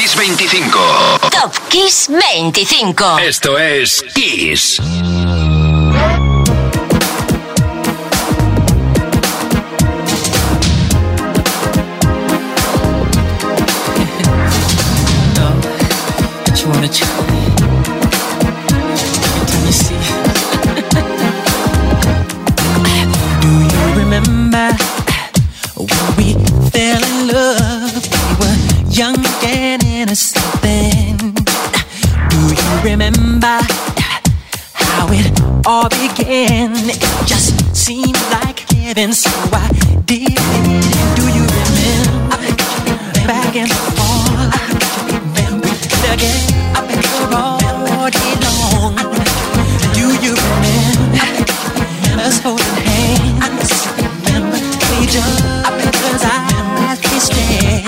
Kiss 25. Top Kiss 25. Esto es Kiss. Young and innocent then. Do you remember how it all began? It just seemed like heaven, so I did it. Do you remember back in the fall? Remember again all day long. Do you remember us holding hands? Remember each other's eyes we stand.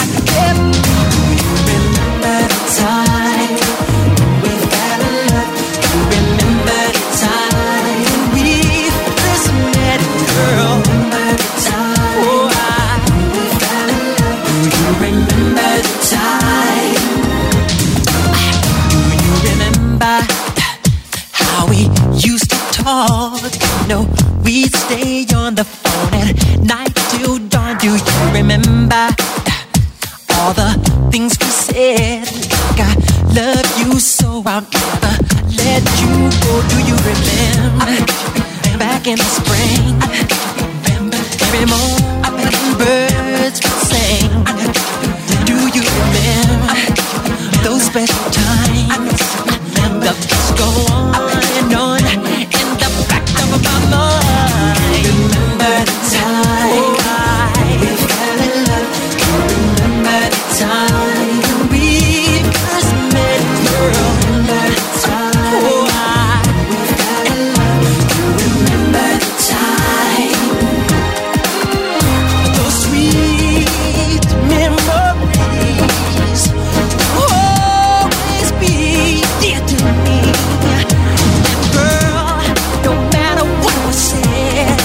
No, we'd stay on the phone at night till dawn. Do you remember all the things we said? Like I love you so I'll never let you go. Do you remember back in the spring? Every morning birds would sing. Do you remember those special times? The beats go on and on. Remember the time we fell in love. Remember the time we first met, girl. Remember the time we fell in love. Remember the time. Those sweet memories will always be dear to me. Girl, no matter what was said,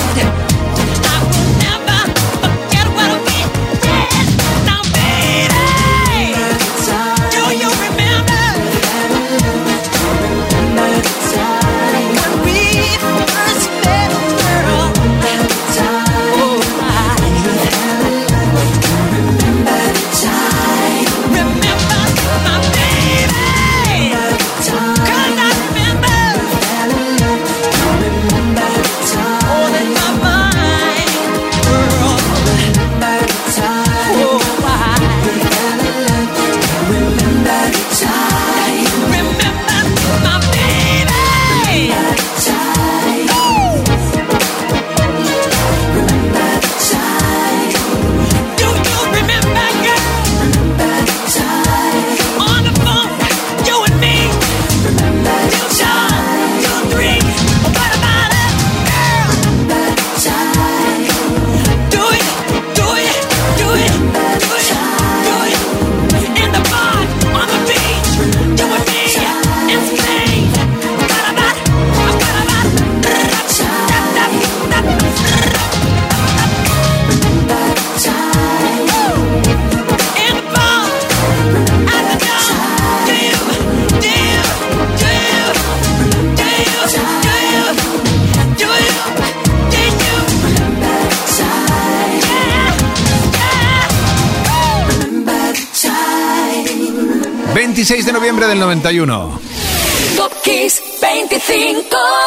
...26 de noviembre del 91. Top Kiss 25.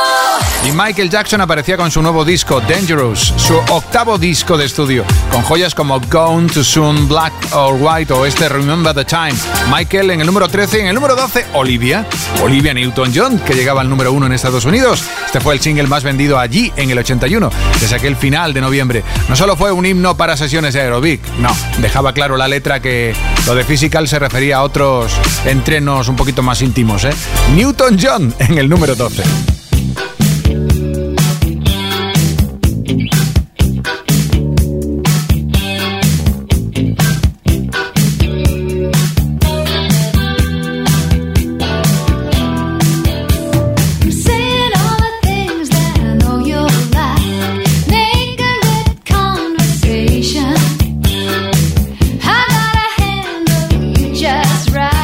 Y Michael Jackson aparecía con su nuevo disco, Dangerous, su octavo disco de estudio, con joyas como Gone Too Soon, Black or White o este Remember the Time. Michael en el número 13 y en el número 12, Olivia Newton-John, que llegaba al número 1 en Estados Unidos. Este fue el single más vendido allí en el 81, desde aquel final de noviembre. No solo fue un himno para sesiones de aeróbic, no, dejaba claro la letra que lo de Physical se refería a otros entrenos un poquito más íntimos, Newton-John en el número 12. Right.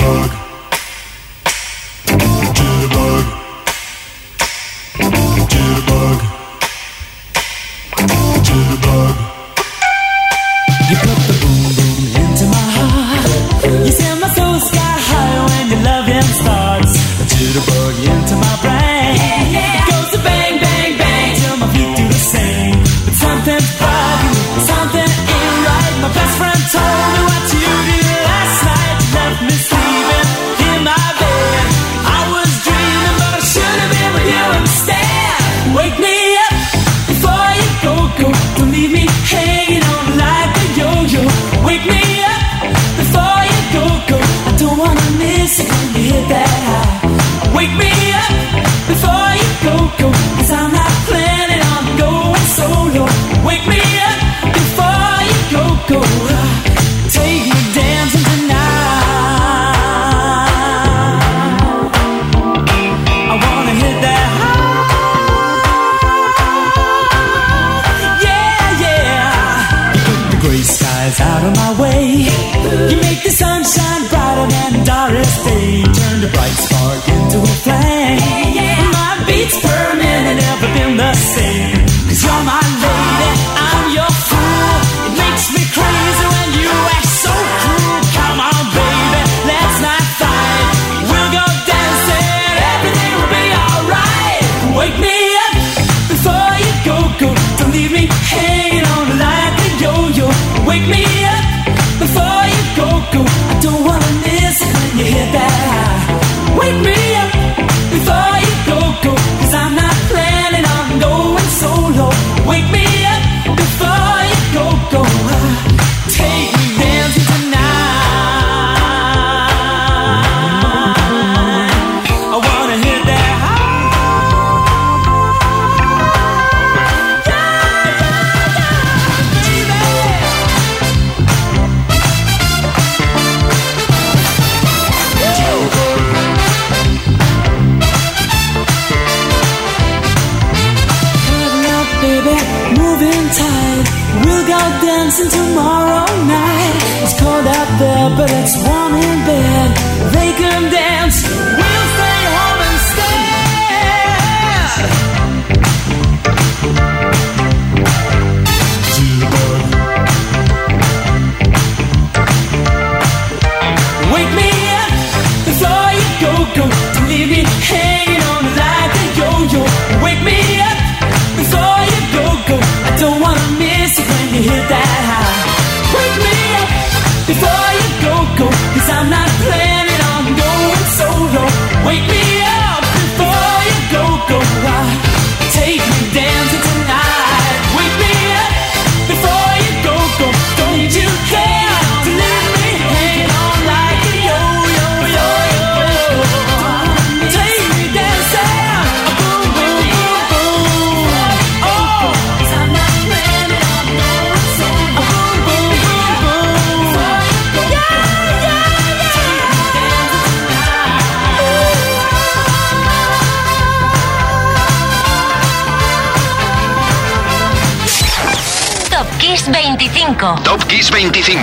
Top Kiss 25.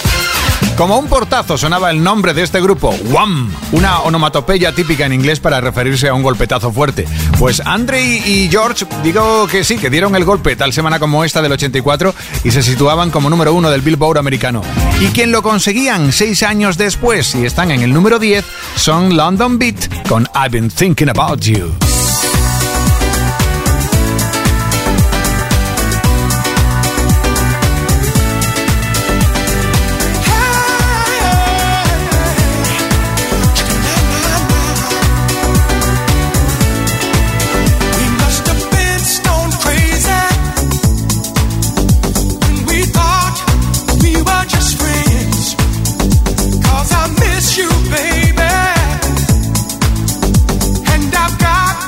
Como un portazo sonaba el nombre de este grupo, Wham, una onomatopeya típica en inglés para referirse a un golpetazo fuerte. Pues Andre y George, digo que sí, que dieron el golpe tal semana como esta del 84 y se situaban como número 1 del Billboard americano. Y quien lo conseguían 6 años después y están en el número 10 son London Beat con I've Been Thinking About You. You, baby, and I've got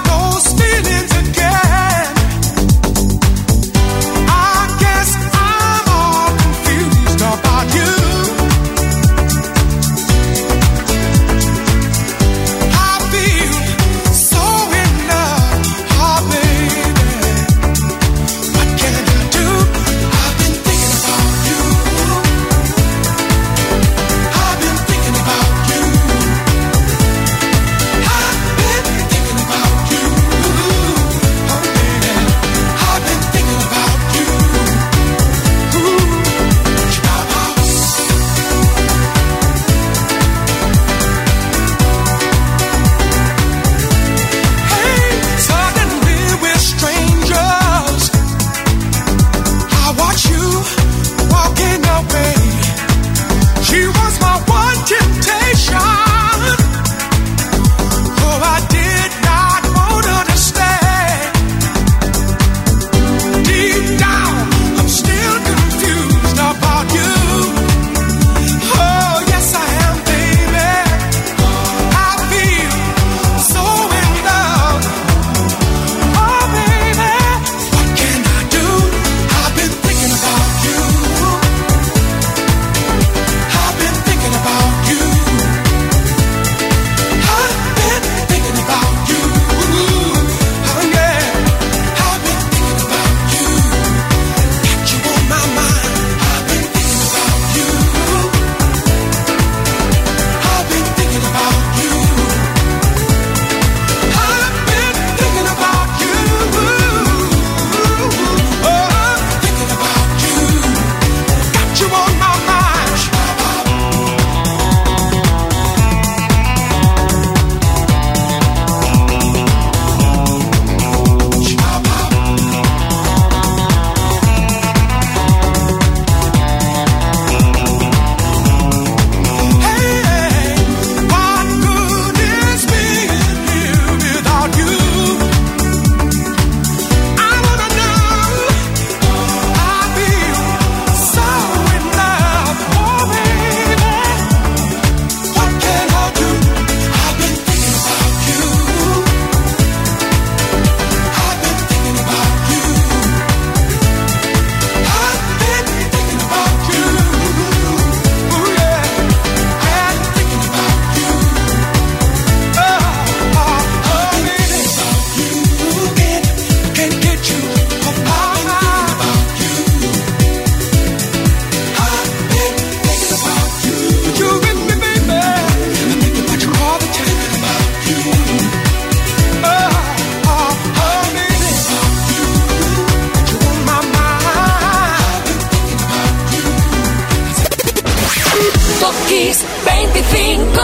25.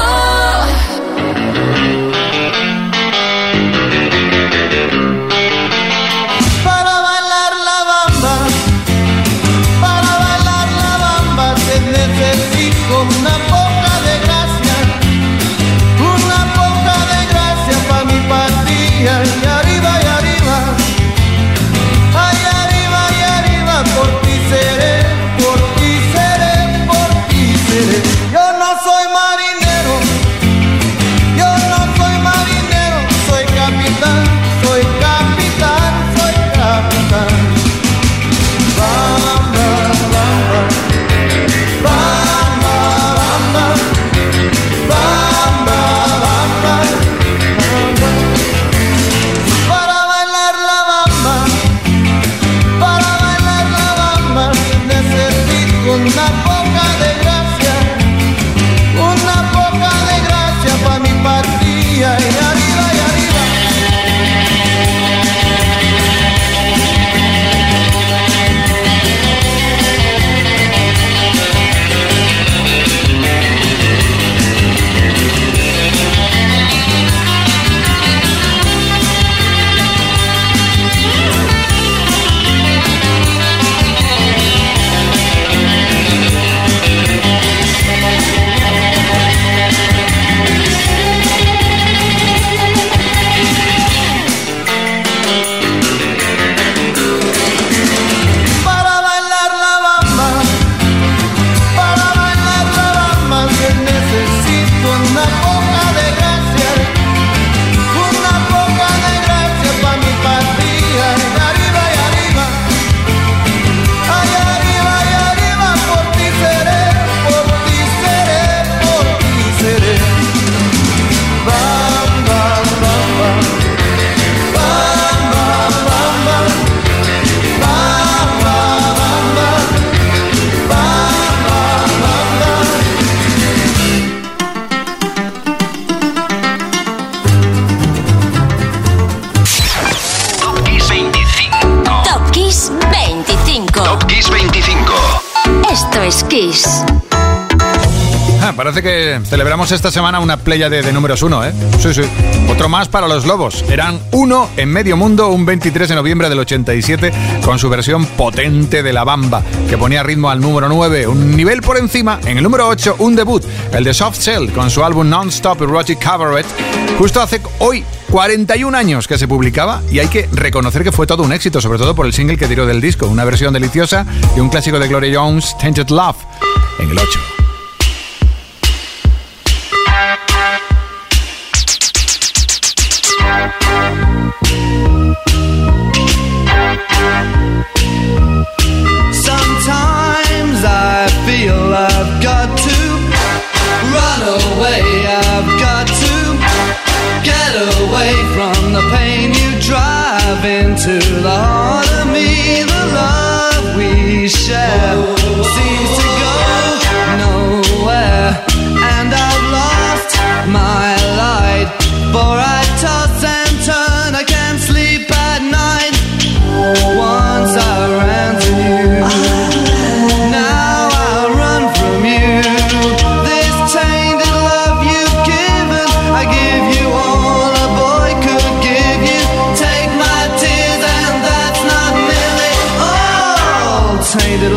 Parece que celebramos esta semana una pléyade de números 1, ¿eh? Sí. Otro más para los Lobos. Eran 1 en medio mundo un 23 de noviembre del 87 con su versión potente de La Bamba, que ponía ritmo al número 9, un nivel por encima. En el número 8, un debut, el de Soft Cell, con su álbum Non-Stop Erotic Cabaret. Justo hace hoy 41 años que se publicaba y hay que reconocer que fue todo un éxito, sobre todo por el single que tiró del disco, una versión deliciosa y un clásico de Gloria Jones, Tainted Love, en el 8. I've got to run away, I've got to get away from the pain you drive into the heart of me. The love we share seems to go nowhere, and I've lost my light, for I toss and turn, I can't sleep at night. Once I ran to you, tainted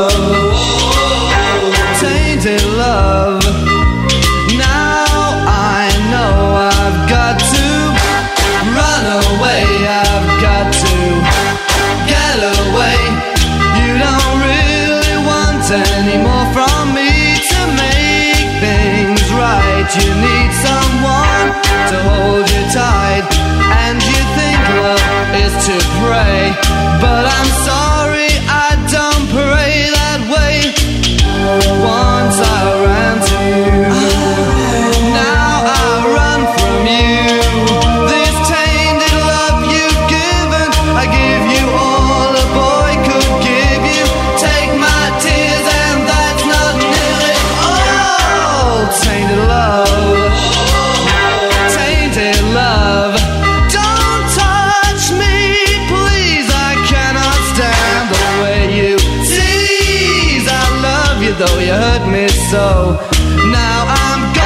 love. Now I know I've got to run away, I've got to get away. You don't really want any more from me to make things right. You need someone to hold you tight, and you think love is to pray, but I'm sorry, I don't pray that way. Once I ran to you, now I run from you. This tainted love you've given, I give you all a boy could give you. Take my tears and that's not nearly all. Tainted love, tainted love. Don't touch me, please, I cannot stand the way you tease. I love you though you hurt me so. Now I'm gone.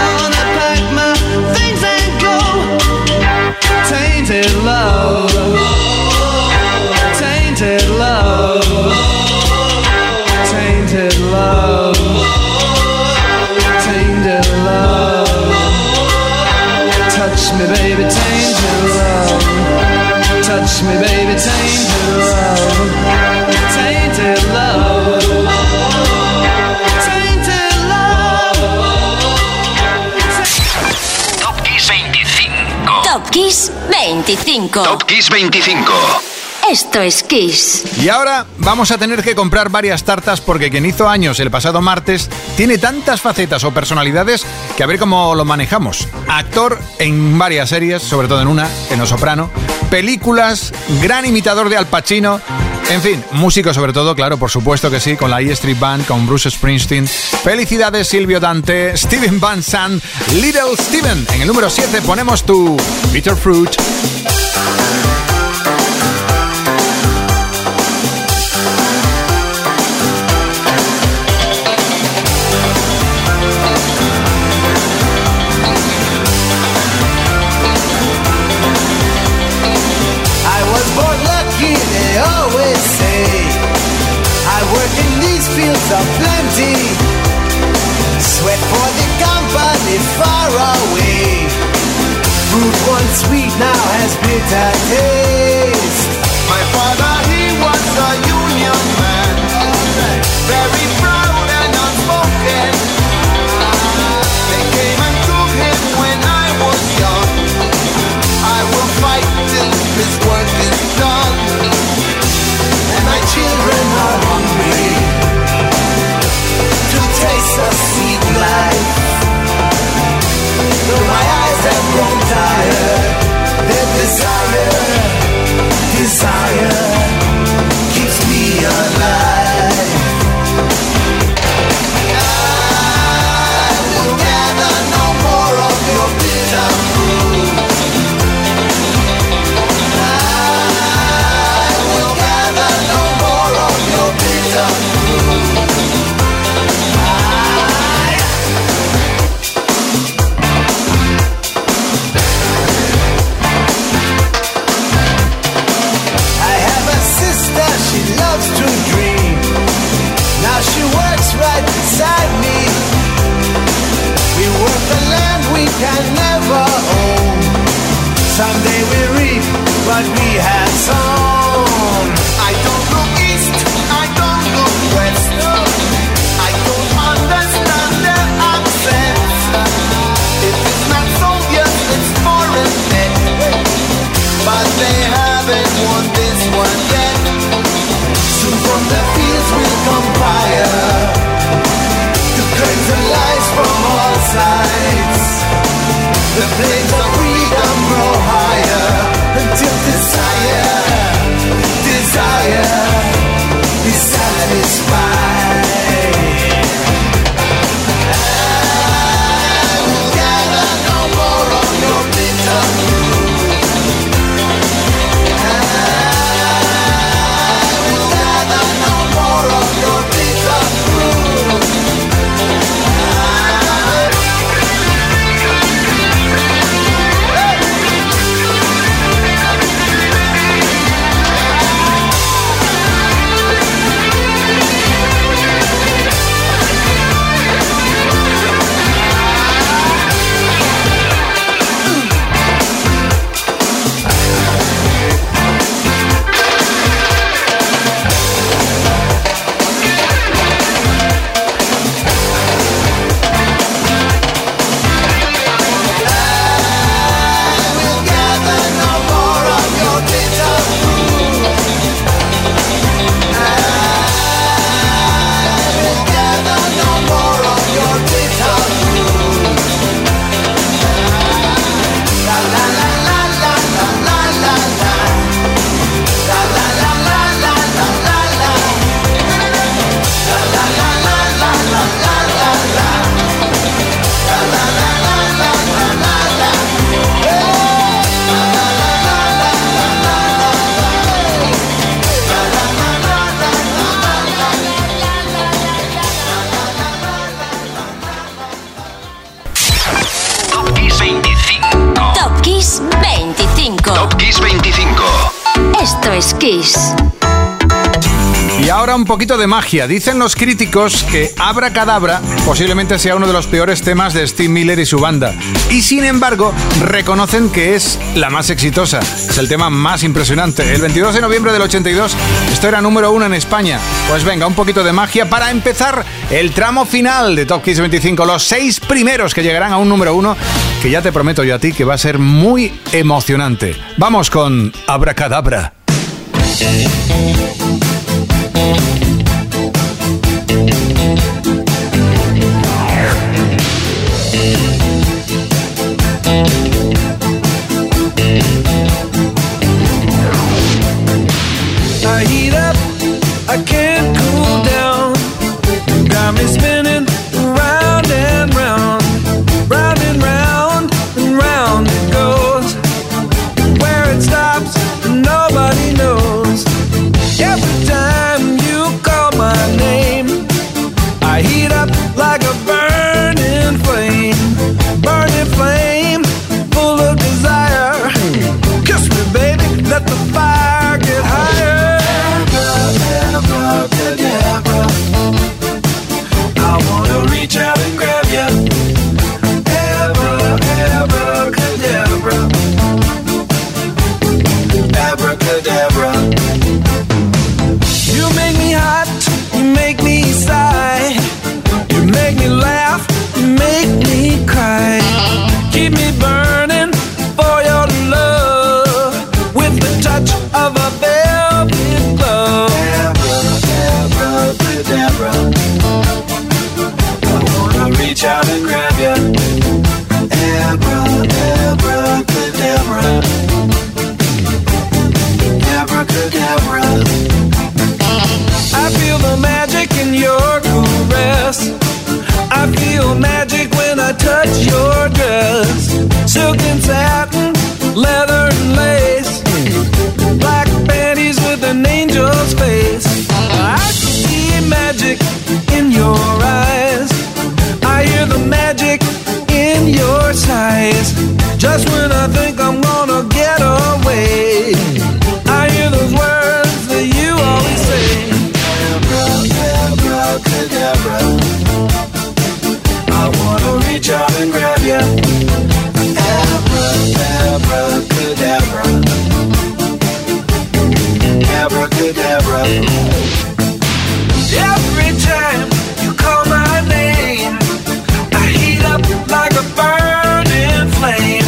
Touch me, baby, tainted love. Touch me, baby, tainted love. Tainted love. Tainted love. Top Kiss 25. Top Kiss 25. Top Kiss 25. Esto es Kiss. Y ahora vamos a tener que comprar varias tartas porque quien hizo años el pasado martes tiene tantas facetas o personalidades que a ver cómo lo manejamos. Actor en varias series, sobre todo en una, en Los Soprano, películas, gran imitador de Al Pacino, en fin, músico sobre todo, claro, por supuesto que sí, con la E Street Band, con Bruce Springsteen. Felicidades Silvio Dante, Steven Van Sant, Little Steven. En el número 7 ponemos tu Bitter Fruit. Fields of plenty, sweat for the company far away. Fruit once sweet now has bitter taste. My father, he was a union man, very proud and outspoken. They came and took him when I was young. I will fight till this work is done, and my children are hungry to taste the sweet life. Though my eyes have grown tired, their desire keeps me alive. I will gather no more of your bitter fruit. I will gather no more of your bitter fruit. She works right beside me. We work the land we can never own. Someday we reap what we have sown. I don't look east, I don't look west. I don't understand their accents. It is not Soviet, it's foreign net. But they haven't won this one yet. Soon from the fields will come fire to cleanse the lies from all sides. The flames of freedom grow higher until desire is satisfied. I will gather no more of your bitter fruit. Top Kiss 25. Esto es Kiss. Y ahora un poquito de magia. Dicen los críticos que Abracadabra posiblemente sea uno de los peores temas de Steve Miller y su banda. Y sin embargo, reconocen que es la más exitosa. Es el tema más impresionante. El 22 de noviembre del 82, esto era número 1 en España. Pues venga, un poquito de magia para empezar el tramo final de Top Kiss 25. Los 6 primeros que llegarán a un número 1, que ya te prometo yo a ti que va a ser muy emocionante. Vamos con Abracadabra. I heat up, I can't cool down. Got me spinning round and round, round and round and round it goes. Where it stops, nobody knows. Every time you call my name, I heat up like a burning flame, full of desire. Kiss me, baby, let the fire get higher. Abracadabra, I wanna reach out and grab you. Abracadabra, abracadabra. You make me hot, you make me sigh, you make me laugh, you make me cry. Keep me burning for your love with the touch of a velvet glove. Abracadabra, I wanna reach out and grab you. Abracadabra, abracadabra. I feel the magic in your caress. I feel magic when I touch your dress. Silk and satin, leather and lace, black panties with an angel's face. I see magic in your eyes. I hear the magic in your sighs. Just when I think I'm gonna get away, I hear those words that you always say. Abracadabra, I wanna reach out and grab you. Abracadabra, abracadabra. Every time you call my name, I heat up like a burning flame,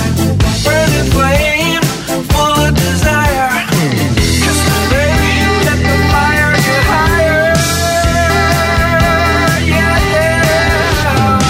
full of desire. Kiss me, baby, let the fire get higher. Yeah, yeah.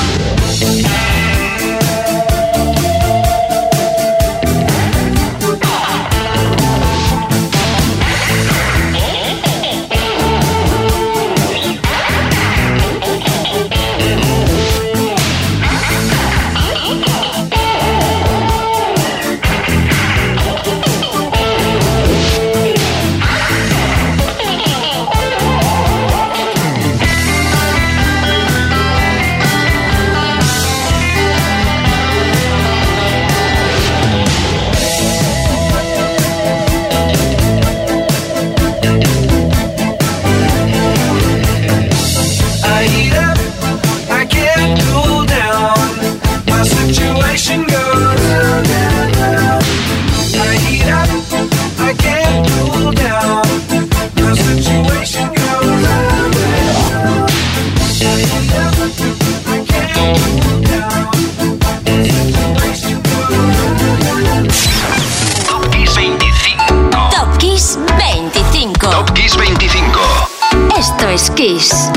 I heat up, I can't cool down. My situation goes round and round. I heat up, I can't cool down. My situation goes round and round. I heat up, I can't cool down. My situation goes round and round. Top Kiss 25. Top Kiss 25. Top Kiss 25. Esto es Kiss.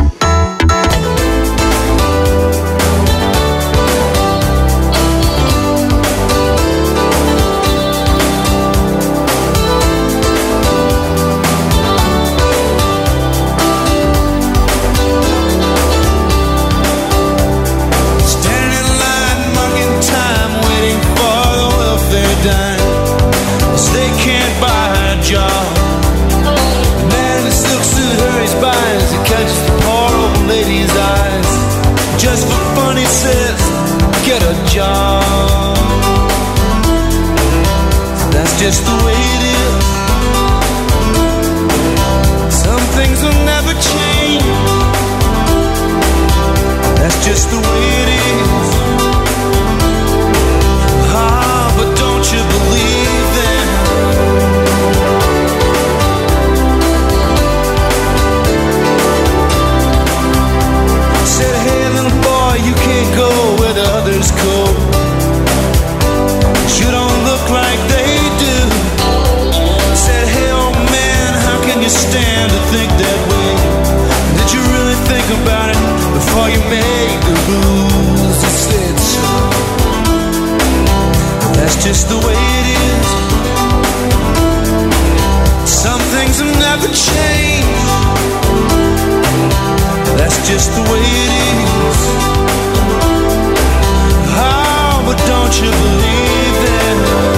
Standing in line, marking time, waiting for the welfare dime. 'Cause they can't buy a job. The man in the silk suit hurries by as he catches the poor old lady's eyes. Just for fun, he says, get a job. That's just the way it is. Some things will never just the way it is. Ah, but don't you believe them? Said, hey little boy, you can't go where the others go. You don't look like they do. Said, hey old man, how can you stand to think that way? Did you really think about it before you made the rules? He said so. That's just the way it is. Some things have never changed. That's just the way it is. Oh, but don't you believe that?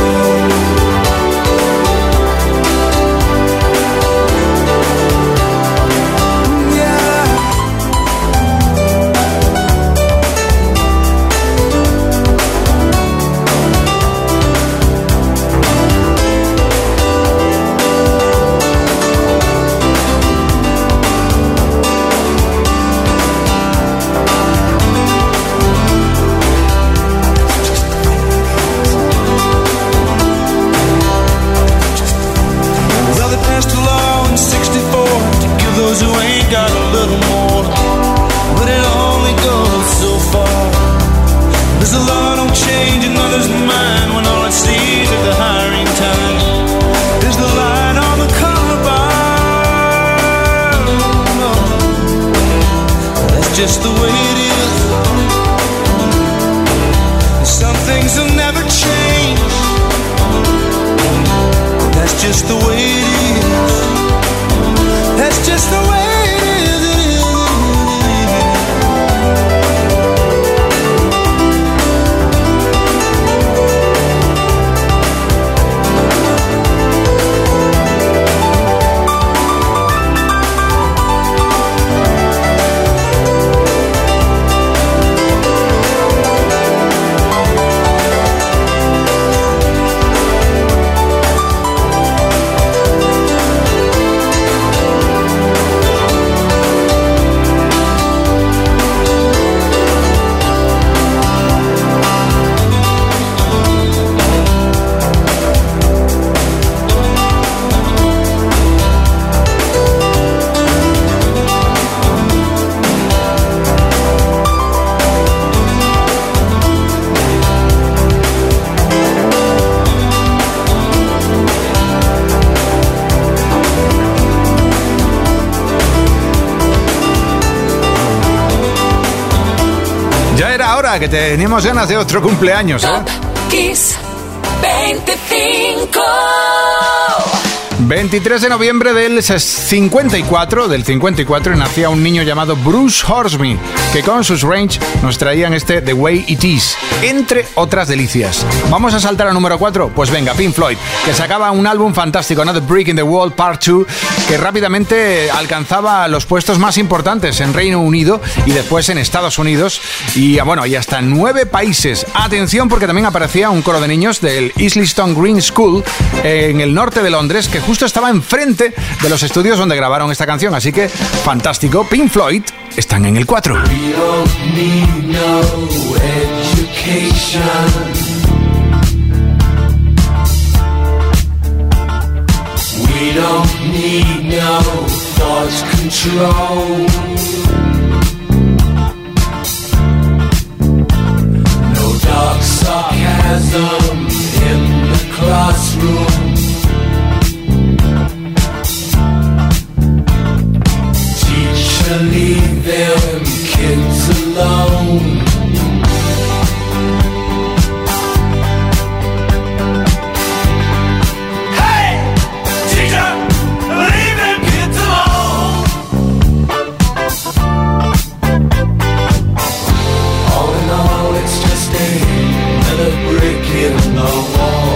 Who ain't got a little more, but it only goes so far. There's a law don't change another's mind when all it sees at the hiring time is the light on the color bar. No, that's just the way it is. Some things will never change. That's just the way it is. That's just the way it is. Que teníamos ganas de otro cumpleaños, ¿eh? Top Kiss 25. 23 de noviembre del 54, nacía un niño llamado Bruce Hornsby, que con sus Range nos traían este The Way It Is, entre otras delicias. ¿Vamos a saltar al número 4? Pues venga, Pink Floyd, que sacaba un álbum fantástico, Another Brick in the Wall Part 2, que rápidamente alcanzaba los puestos más importantes en Reino Unido y después en Estados Unidos y bueno, y hasta 9 países. Atención, porque también aparecía un coro de niños del Islington Green School en el norte de Londres, que justo estaba enfrente de los estudios donde grabaron esta canción, así que fantástico. Pink Floyd están en el 4. We don't need no education. We don't need no thought control. No dark sarcasm in the classroom. Leave them kids alone. Hey, teacher, leave them kids alone. All in all, it's just another brick in the wall.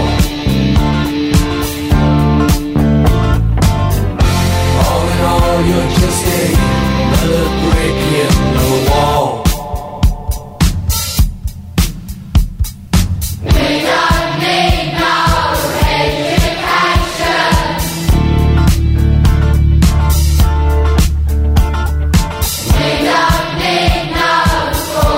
All in all, you're just another brick in the wall. We don't need no education. We don't need no school.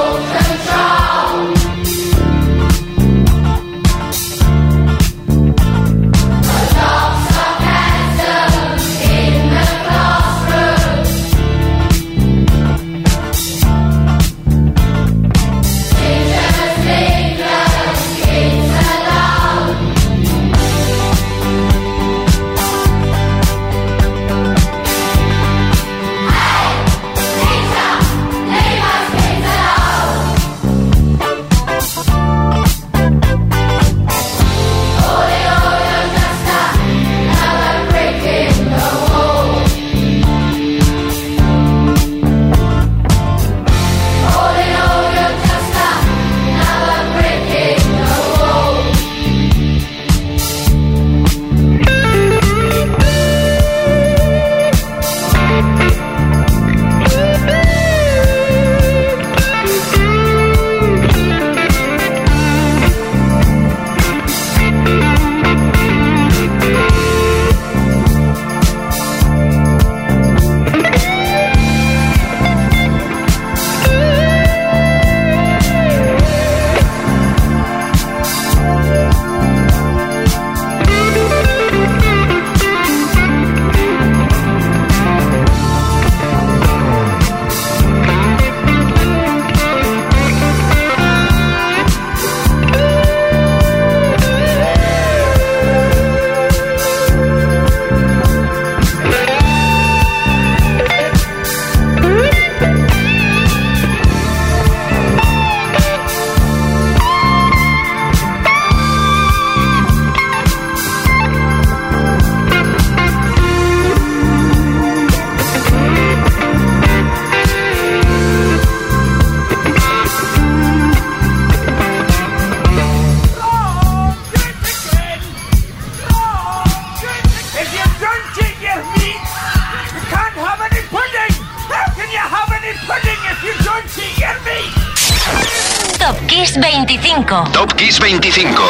25. Top Kiss 25.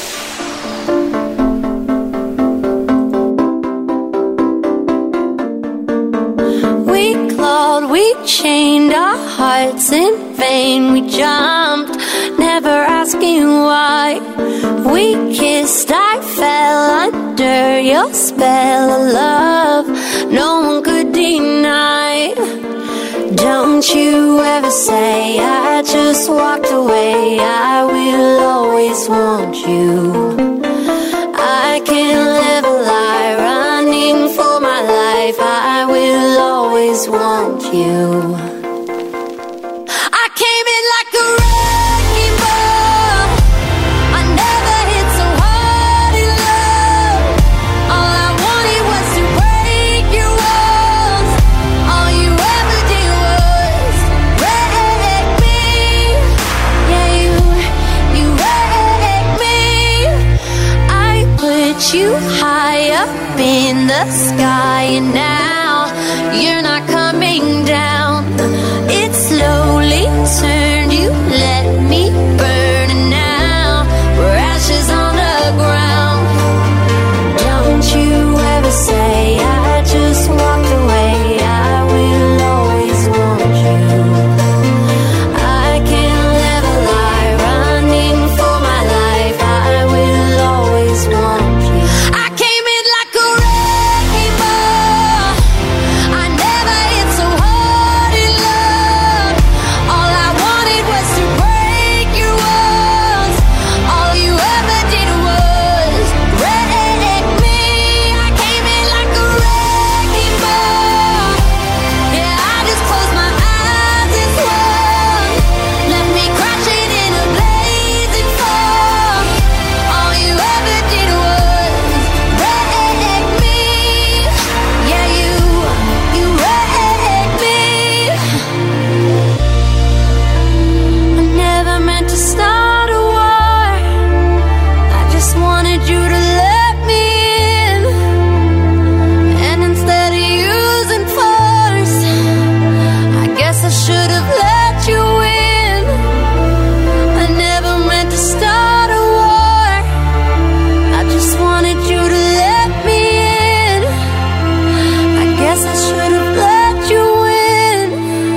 We clawed, we chained our hearts in vain. We jumped, never asking why. We kissed, I fell under your spell of love. No one could deny. Don't you ever say I just walked away. I will always want you. I can't live a lie, running for my life. I will always want you. I came in like a wrecking ball. I never hit so hard in love. All I wanted was to break your walls. All you ever did was wreck me. Yeah, you wrecked me. I put you high up in the sky, and now you're not coming down. It slowly turned, you let me burn, and now we're ashes on the ground. Don't you ever say I just walked away. I will always want you. I can't live a lie, running for my life. I will always want you. I came in like a wrecking ball. I never hit so hard in love. All I wanted was to break your walls. All you ever did was wreck me. I came in like a wrecking ball. Yeah, I just closed my eyes and swung. Left me crashing in a blazing fall. All you ever did was wreck me. Yeah, you wrecked me. I never meant to start a war. I just wanted you to let me in. And instead of using force, I guess I should have let you in. I never meant to start a war. I just wanted you to let me in. I guess I should have let you in.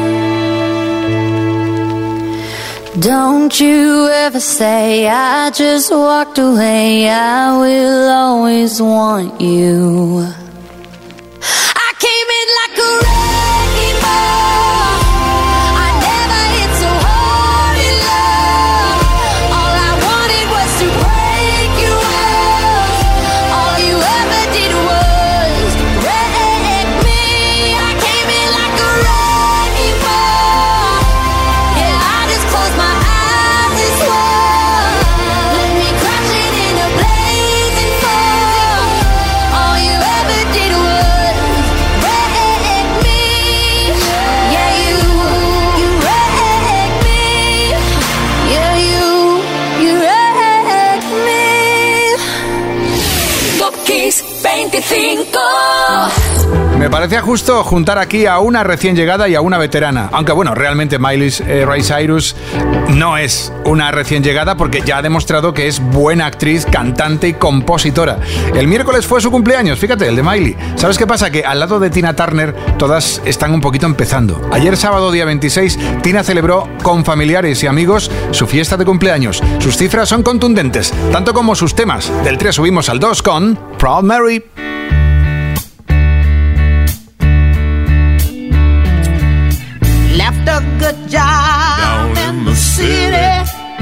Don't you ever say I just walked away. I will always want you. I came in like a wrecking ball. I never hit so hard in love. All I wanted was to break your walls. All you ever did was wreck me. I came in like a wrecking ball. Yeah, I just closed my eyes and swung. Let me crashing in a blazing fall. All you ever did was wreck me. Yeah, you wrecked me. Yeah, you wrecked me. Top Kiss 25. Me parecía justo juntar aquí a una recién llegada y a una veterana. Aunque bueno, realmente Miley Cyrus no es una recién llegada porque ya ha demostrado que es buena actriz, cantante y compositora. El miércoles fue su cumpleaños, fíjate, el de Miley. ¿Sabes qué pasa? Que al lado de Tina Turner todas están un poquito empezando. Ayer sábado día 26, Tina celebró con familiares y amigos su fiesta de cumpleaños. Sus cifras son contundentes, tanto como sus temas. Del 3 subimos al 2 con Proud Mary. Left a good job down in the city,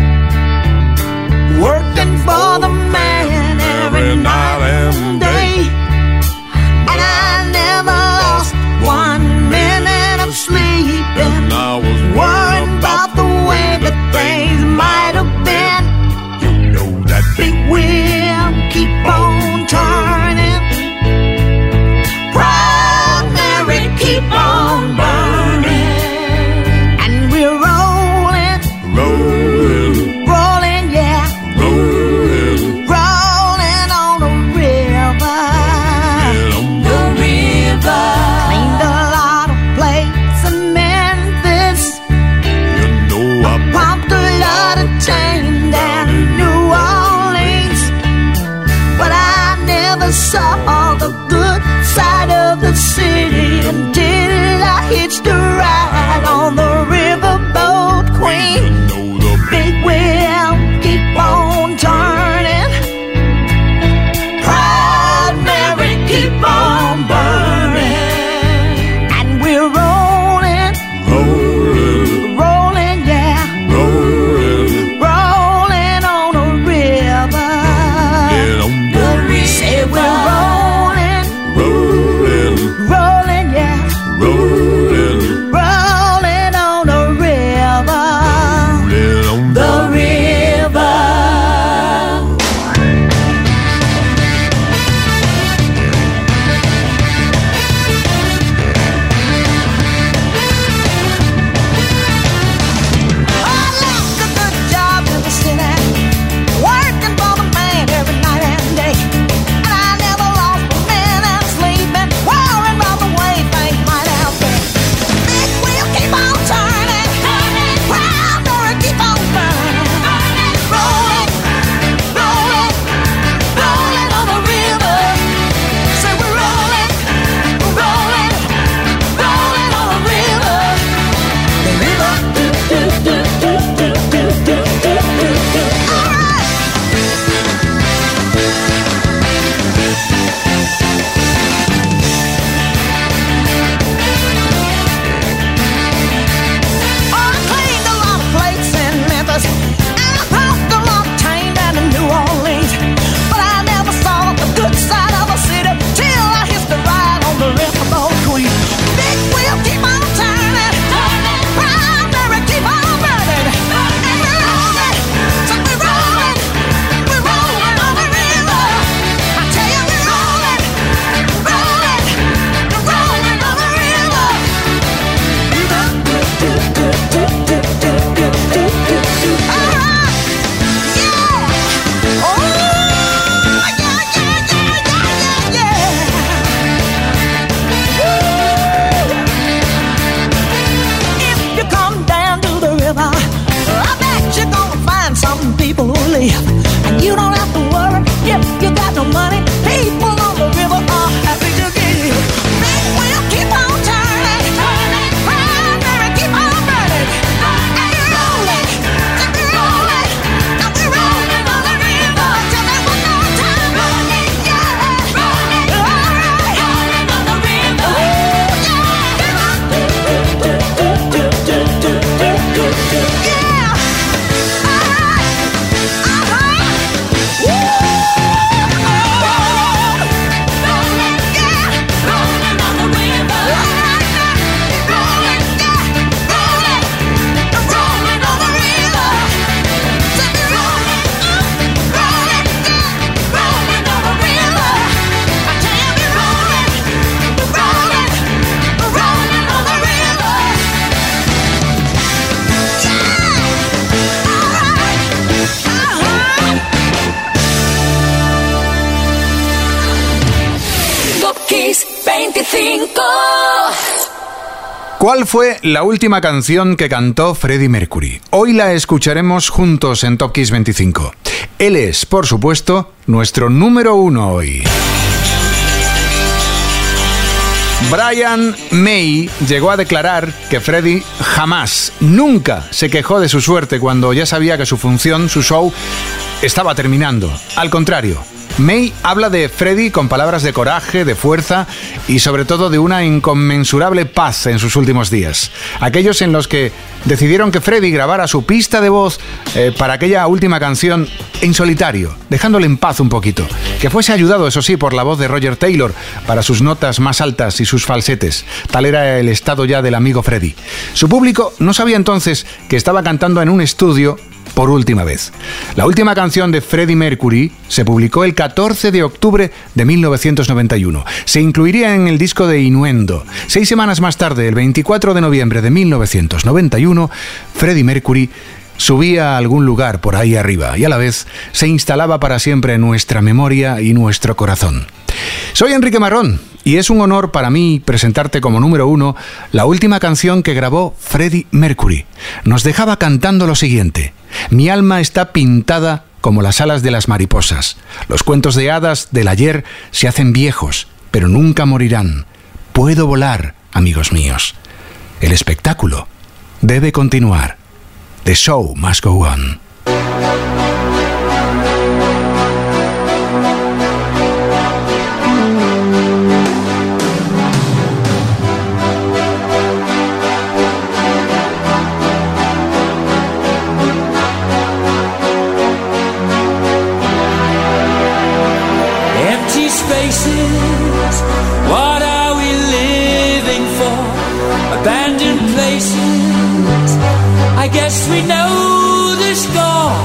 working for the man every night and day. And I never lost 1 minute of sleep, and I was worried about the way that things might have been. You know that big wheel keep on turning, Proud Mary keep on burning. And we're ¿Cuál fue la última canción que cantó Freddie Mercury? Hoy la escucharemos juntos en Top Kiss 25. Él es, por supuesto, nuestro número 1 hoy. Brian May llegó a declarar que Freddie jamás, nunca se quejó de su suerte cuando ya sabía que su función, su show, estaba terminando. Al contrario, May habla de Freddie con palabras de coraje, de fuerza y sobre todo de una inconmensurable paz en sus últimos días. Aquellos en los que decidieron que Freddie grabara su pista de voz para aquella última canción en solitario, dejándole en paz un poquito. Que fuese ayudado, eso sí, por la voz de Roger Taylor para sus notas más altas y sus falsetes. Tal era el estado ya del amigo Freddie. Su público no sabía entonces que estaba cantando en un estudio por última vez. La última canción de Freddie Mercury se publicó el 14 de octubre de 1991. Se incluiría en el disco de Innuendo. 6 semanas más tarde, el 24 de noviembre de 1991, Freddie Mercury subía a algún lugar por ahí arriba y a la vez se instalaba para siempre en nuestra memoria y nuestro corazón. Soy Enrique Marrón y es un honor para mí presentarte como número 1 la última canción que grabó Freddie Mercury. Nos dejaba cantando lo siguiente: mi alma está pintada como las alas de las mariposas. Los cuentos de hadas del ayer se hacen viejos, pero nunca morirán. Puedo volar, amigos míos. El espectáculo debe continuar. The show must go on. Empty spaces, what are we living for? Abandoned places, I guess we know the score.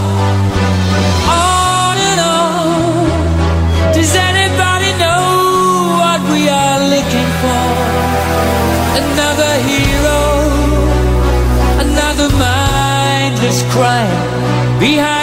On and on, does anybody know what we are looking for? Another hero, another mindless crime behind